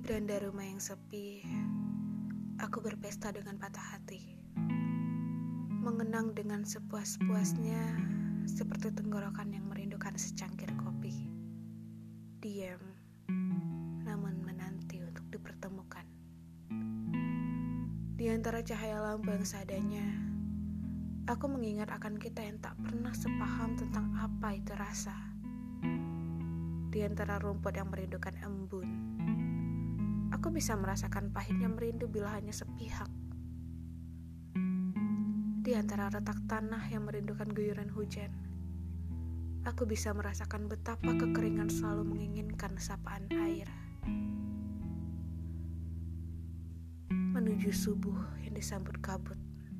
Beranda rumah yang sepi, aku berpesta dengan patah hati. Mengenang dengan sepuas-puasnya, seperti tenggorokan yang merindukan secangkir kopi. Diam, namun menanti untuk dipertemukan. Di antara cahaya lampu yang seadanya, aku mengingat akan kita yang tak pernah sepaham tentang apa itu rasa. Di antara rumput yang merindukan embun, aku bisa merasakan pahitnya merindu bila hanya sepihak. Di antara retak tanah yang merindukan guyuran hujan, aku bisa merasakan betapa kekeringan selalu menginginkan sapaan air. Menuju subuh yang disambut kabut,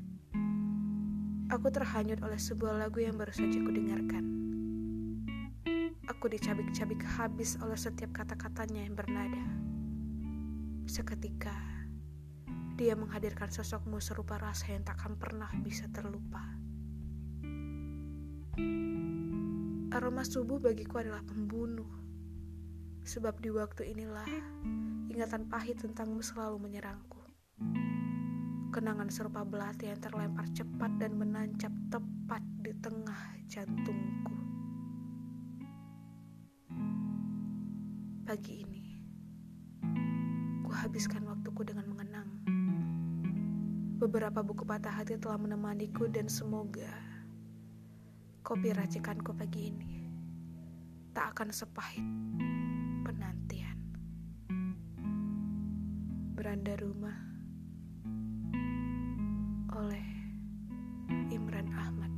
aku terhanyut oleh sebuah lagu yang baru saja kudengarkan. Aku dicabik-cabik habis oleh setiap kata-katanya yang bernada. Seketika, dia menghadirkan sosokmu serupa rasa yang takkan pernah bisa terlupa. Aroma subuh bagiku adalah pembunuh. Sebab di waktu inilah, ingatan pahit tentangmu selalu menyerangku. Kenangan serupa belati yang terlempar cepat dan menancap tepat di tengah jantungku. Pagi ini, kuhabiskan waktuku dengan mengenang. Beberapa buku patah hati telah menemaniku dan semoga kopi racikanku pagi ini tak akan sepahit penantian. Beranda rumah oleh Imran Ahmad.